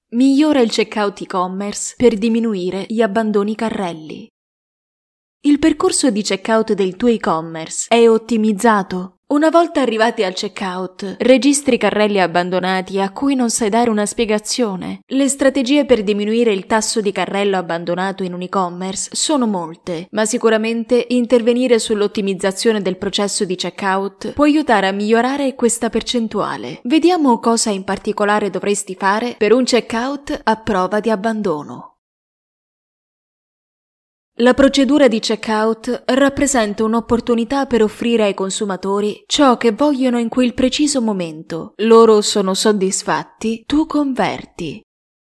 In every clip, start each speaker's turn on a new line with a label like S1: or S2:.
S1: Migliora il checkout e-commerce per diminuire gli abbandoni carrelli. Il percorso di checkout del tuo e-commerce è ottimizzato? Una volta arrivati al checkout, registri carrelli abbandonati a cui non sai dare una spiegazione. Le strategie per diminuire il tasso di carrello abbandonato in un e-commerce sono molte, ma sicuramente intervenire sull'ottimizzazione del processo di checkout può aiutare a migliorare questa percentuale. Vediamo cosa in particolare dovresti fare per un checkout a prova di abbandono. La procedura di checkout rappresenta un'opportunità per offrire ai consumatori ciò che vogliono in quel preciso momento. Loro sono soddisfatti, tu converti.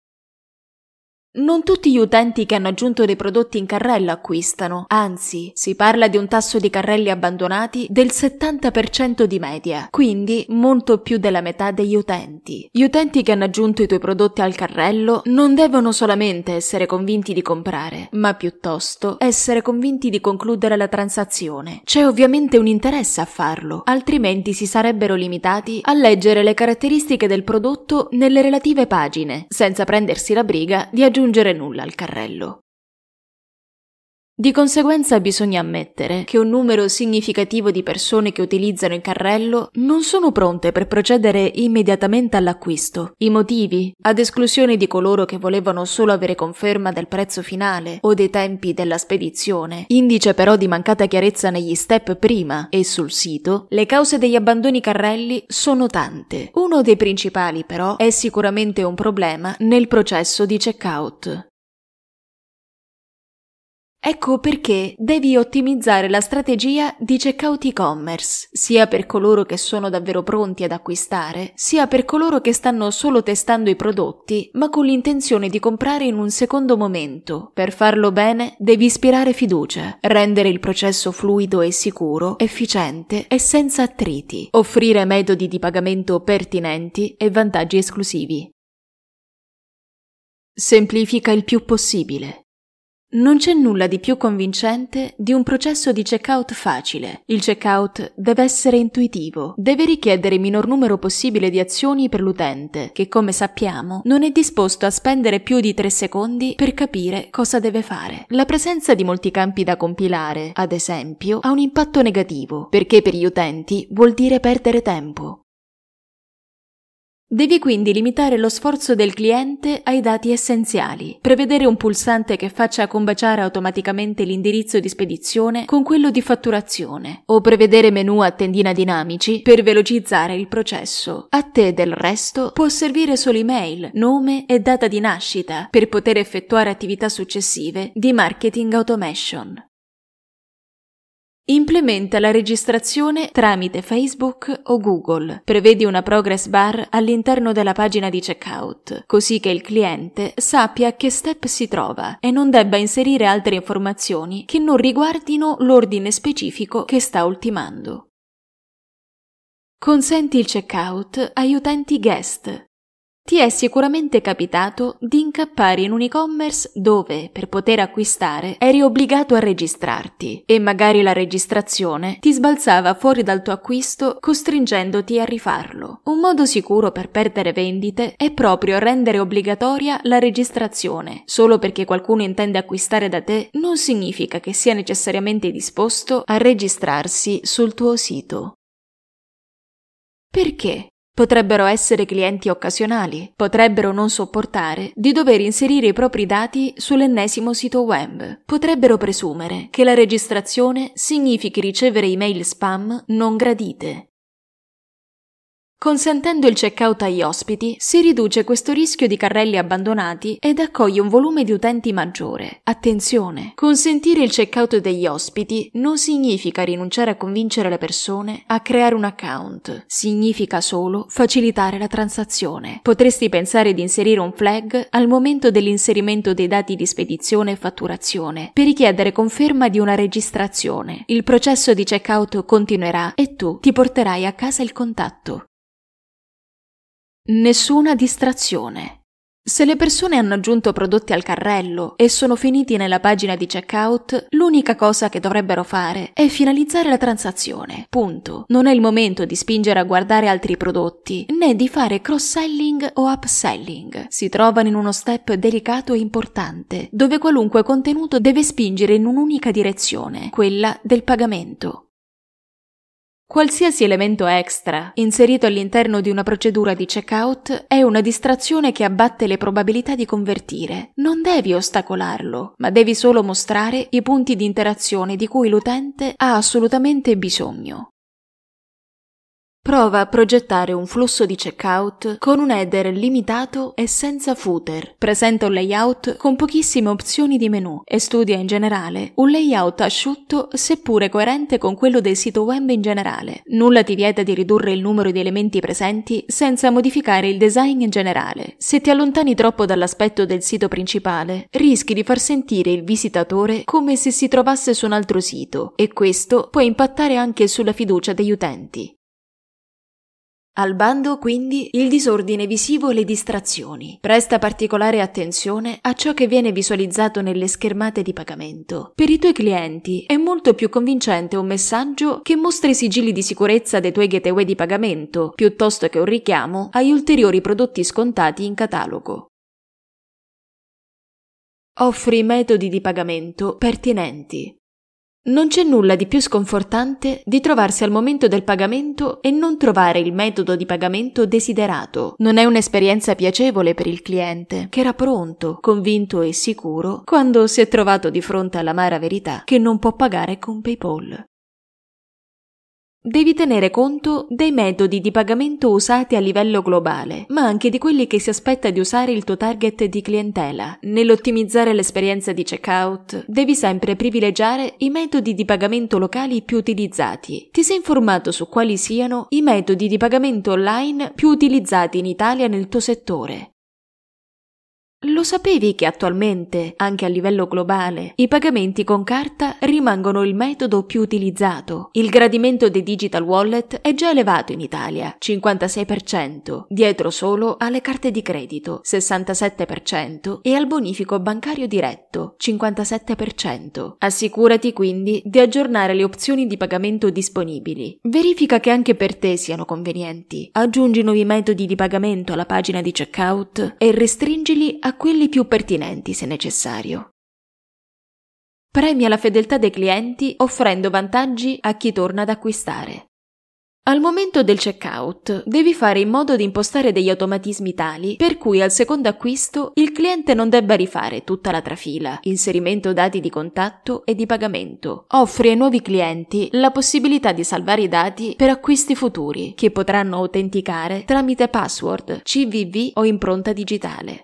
S1: Non tutti gli utenti che hanno aggiunto dei prodotti in carrello acquistano, anzi, si parla di un tasso di carrelli abbandonati del 70% di media, quindi molto più della metà degli utenti. Gli utenti che hanno aggiunto i tuoi prodotti al carrello non devono solamente essere convinti di comprare, ma piuttosto essere convinti di concludere la transazione. C'è ovviamente un interesse a farlo, altrimenti si sarebbero limitati a leggere le caratteristiche del prodotto nelle relative pagine, senza prendersi la briga di aggiungere nulla al carrello. Di conseguenza bisogna ammettere che un numero significativo di persone che utilizzano il carrello non sono pronte per procedere immediatamente all'acquisto. I motivi, ad esclusione di coloro che volevano solo avere conferma del prezzo finale o dei tempi della spedizione, indice però di mancata chiarezza negli step prima e sul sito, le cause degli abbandoni carrelli sono tante. Uno dei principali però è sicuramente un problema nel processo di checkout. Ecco perché devi ottimizzare la strategia di checkout e-commerce, sia per coloro che sono davvero pronti ad acquistare, sia per coloro che stanno solo testando i prodotti, ma con l'intenzione di comprare in un secondo momento. Per farlo bene, devi ispirare fiducia, rendere il processo fluido e sicuro, efficiente e senza attriti, offrire metodi di pagamento pertinenti e vantaggi esclusivi. Semplifica il più possibile. Non c'è nulla di più convincente di un processo di checkout facile. Il checkout deve essere intuitivo, deve richiedere il minor numero possibile di azioni per l'utente, che come sappiamo non è disposto a spendere più di 3 secondi per capire cosa deve fare. La presenza di molti campi da compilare, ad esempio, ha un impatto negativo, perché per gli utenti vuol dire perdere tempo. Devi quindi limitare lo sforzo del cliente ai dati essenziali, prevedere un pulsante che faccia combaciare automaticamente l'indirizzo di spedizione con quello di fatturazione, o prevedere menu a tendina dinamici per velocizzare il processo. A te del resto può servire solo email, nome e data di nascita per poter effettuare attività successive di marketing automation. Implementa la registrazione tramite Facebook o Google. Prevedi una progress bar all'interno della pagina di checkout, così che il cliente sappia a che step si trova e non debba inserire altre informazioni che non riguardino l'ordine specifico che sta ultimando. Consenti il checkout agli utenti guest. Ti è sicuramente capitato di incappare in un e-commerce dove, per poter acquistare, eri obbligato a registrarti e magari la registrazione ti sbalzava fuori dal tuo acquisto costringendoti a rifarlo. Un modo sicuro per perdere vendite è proprio rendere obbligatoria la registrazione. Solo perché qualcuno intende acquistare da te non significa che sia necessariamente disposto a registrarsi sul tuo sito. Perché? Potrebbero essere clienti occasionali, potrebbero non sopportare di dover inserire i propri dati sull'ennesimo sito web, potrebbero presumere che la registrazione significhi ricevere email spam non gradite. Consentendo il checkout agli ospiti, si riduce questo rischio di carrelli abbandonati ed accoglie un volume di utenti maggiore. Attenzione! Consentire il checkout degli ospiti non significa rinunciare a convincere le persone a creare un account, significa solo facilitare la transazione. Potresti pensare di inserire un flag al momento dell'inserimento dei dati di spedizione e fatturazione per richiedere conferma di una registrazione. Il processo di checkout continuerà e tu ti porterai a casa il contatto. Nessuna distrazione. Se le persone hanno aggiunto prodotti al carrello e sono finiti nella pagina di checkout, l'unica cosa che dovrebbero fare è finalizzare la transazione. Punto. Non è il momento di spingere a guardare altri prodotti, né di fare cross-selling o upselling. Si trovano in uno step delicato e importante, dove qualunque contenuto deve spingere in un'unica direzione, quella del pagamento. Qualsiasi elemento extra inserito all'interno di una procedura di checkout è una distrazione che abbatte le probabilità di convertire. Non devi ostacolarlo, ma devi solo mostrare i punti di interazione di cui l'utente ha assolutamente bisogno. Prova a progettare un flusso di checkout con un header limitato e senza footer. Presenta un layout con pochissime opzioni di menu e studia in generale un layout asciutto seppure coerente con quello del sito web in generale. Nulla ti vieta di ridurre il numero di elementi presenti senza modificare il design in generale. Se ti allontani troppo dall'aspetto del sito principale, rischi di far sentire il visitatore come se si trovasse su un altro sito e questo può impattare anche sulla fiducia degli utenti. Al bando, quindi, il disordine visivo e le distrazioni. Presta particolare attenzione a ciò che viene visualizzato nelle schermate di pagamento. Per i tuoi clienti è molto più convincente un messaggio che mostra i sigilli di sicurezza dei tuoi gateway di pagamento, piuttosto che un richiamo agli ulteriori prodotti scontati in catalogo. Offri metodi di pagamento pertinenti. Non c'è nulla di più sconfortante di trovarsi al momento del pagamento e non trovare il metodo di pagamento desiderato. Non è un'esperienza piacevole per il cliente, che era pronto, convinto e sicuro, quando si è trovato di fronte all'amara verità che non può pagare con PayPal. Devi tenere conto dei metodi di pagamento usati a livello globale, ma anche di quelli che si aspetta di usare il tuo target di clientela. Nell'ottimizzare l'esperienza di checkout, devi sempre privilegiare i metodi di pagamento locali più utilizzati. Ti sei informato su quali siano i metodi di pagamento online più utilizzati in Italia nel tuo settore? Lo sapevi che attualmente, anche a livello globale, i pagamenti con carta rimangono il metodo più utilizzato? Il gradimento dei digital wallet è già elevato in Italia, 56%, dietro solo alle carte di credito, 67%, e al bonifico bancario diretto, 57%. Assicurati quindi di aggiornare le opzioni di pagamento disponibili. Verifica che anche per te siano convenienti. Aggiungi nuovi metodi di pagamento alla pagina di checkout e restringili a quelli più pertinenti se necessario. Premia la fedeltà dei clienti offrendo vantaggi a chi torna ad acquistare. Al momento del checkout devi fare in modo di impostare degli automatismi tali per cui al secondo acquisto il cliente non debba rifare tutta la trafila, inserimento dati di contatto e di pagamento. Offri ai nuovi clienti la possibilità di salvare i dati per acquisti futuri che potranno autenticare tramite password, CVV o impronta digitale.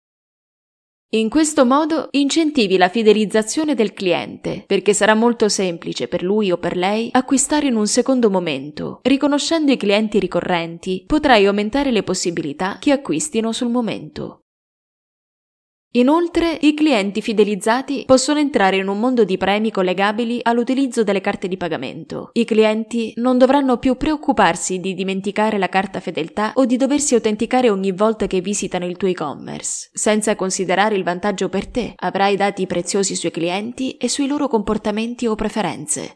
S1: In questo modo incentivi la fidelizzazione del cliente, perché sarà molto semplice per lui o per lei acquistare in un secondo momento. Riconoscendo i clienti ricorrenti, potrai aumentare le possibilità che acquistino sul momento. Inoltre, i clienti fidelizzati possono entrare in un mondo di premi collegabili all'utilizzo delle carte di pagamento. I clienti non dovranno più preoccuparsi di dimenticare la carta fedeltà o di doversi autenticare ogni volta che visitano il tuo e-commerce. Senza considerare il vantaggio per te, avrai dati preziosi sui clienti e sui loro comportamenti o preferenze.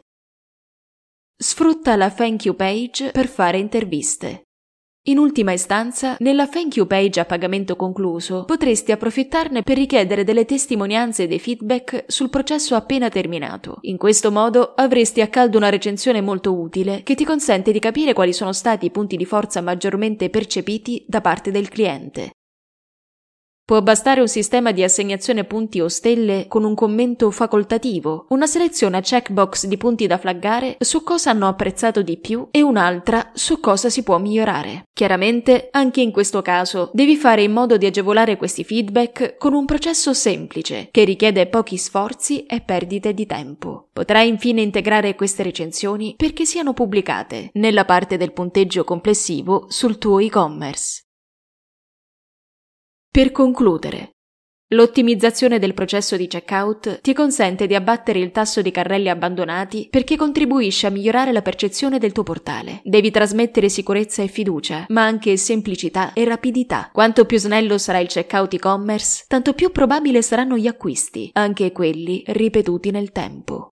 S1: Sfrutta la thank you page per fare interviste. In ultima istanza, nella thank you page a pagamento concluso, potresti approfittarne per richiedere delle testimonianze e dei feedback sul processo appena terminato. In questo modo avresti a caldo una recensione molto utile che ti consente di capire quali sono stati i punti di forza maggiormente percepiti da parte del cliente. Può bastare un sistema di assegnazione punti o stelle con un commento facoltativo, una selezione a checkbox di punti da flaggare su cosa hanno apprezzato di più e un'altra su cosa si può migliorare. Chiaramente, anche in questo caso, devi fare in modo di agevolare questi feedback con un processo semplice, che richiede pochi sforzi e perdite di tempo. Potrai infine integrare queste recensioni perché siano pubblicate nella parte del punteggio complessivo sul tuo e-commerce. Per concludere, L'ottimizzazione del processo di checkout ti consente di abbattere il tasso di carrelli abbandonati perché contribuisce a migliorare la percezione del tuo portale. Devi trasmettere sicurezza e fiducia, ma anche semplicità e rapidità. Quanto più snello sarà il checkout e-commerce, tanto più probabile saranno gli acquisti, anche quelli ripetuti nel tempo.